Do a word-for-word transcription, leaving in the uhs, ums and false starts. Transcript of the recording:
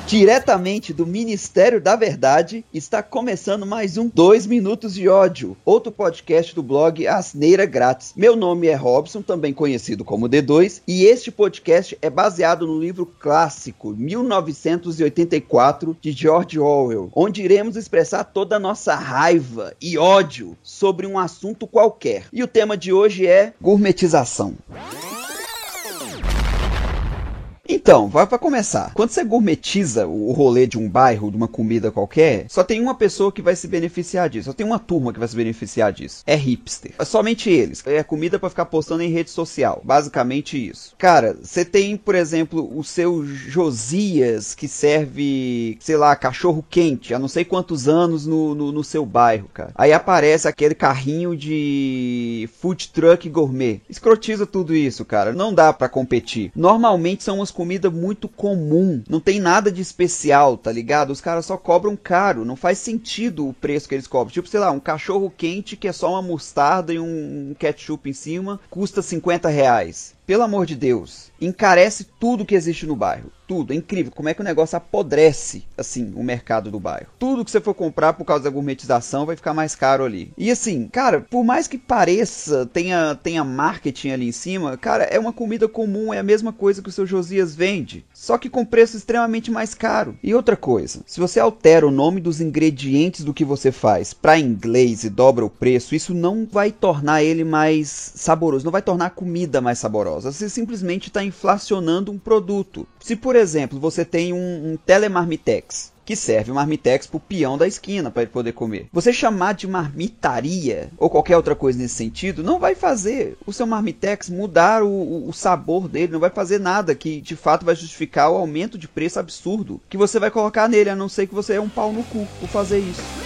Diretamente do Ministério da Verdade, está começando mais um dois Minutos de Ódio, outro podcast do blog Asneira Grátis. Meu nome é Robson, também conhecido como D dois, e este podcast é baseado no livro clássico mil novecentos e oitenta e quatro de George Orwell, onde iremos expressar toda a nossa raiva e ódio sobre um assunto qualquer. E o tema de hoje é gourmetização. Então, vai pra começar. Quando você gourmetiza o rolê de um bairro, de uma comida qualquer, só tem uma pessoa que vai se beneficiar disso. Só tem uma turma que vai se beneficiar disso. É hipster. É somente eles. É comida pra ficar postando em rede social. Basicamente isso. Cara, você tem, por exemplo, o seu Josias, que serve, sei lá, cachorro quente, há não sei quantos anos no, no, no seu bairro, cara. Aí aparece aquele carrinho de food truck gourmet. Escrotiza tudo isso, cara. Não dá pra competir. Normalmente são umas comida muito comum, não tem nada de especial, tá ligado? Os caras só cobram caro, não faz sentido o preço que eles cobram. Tipo, sei lá, um cachorro quente que é só uma mostarda e um ketchup em cima, custa cinquenta reais. Pelo amor de Deus, encarece tudo que existe no bairro. Tudo, é incrível como é que o negócio apodrece, assim, o mercado do bairro. Tudo que você for comprar por causa da gourmetização vai ficar mais caro ali. E assim, cara, por mais que pareça, tenha, tenha marketing ali em cima, cara, é uma comida comum, é a mesma coisa que o seu Josias vende, só que com preço extremamente mais caro. E outra coisa, se você altera o nome dos ingredientes do que você faz para inglês e dobra o preço, isso não vai tornar ele mais saboroso, não vai tornar a comida mais saborosa. Você simplesmente está inflacionando um produto. Se, por exemplo, você tem um, um telemarmitex, que serve marmitex pro peão da esquina para ele poder comer. Você chamar de marmitaria ou qualquer outra coisa nesse sentido, não vai fazer o seu marmitex mudar o, o, o sabor dele, não vai fazer nada que de fato vai justificar o aumento de preço absurdo que você vai colocar nele, a não ser que você é um pau no cu por fazer isso.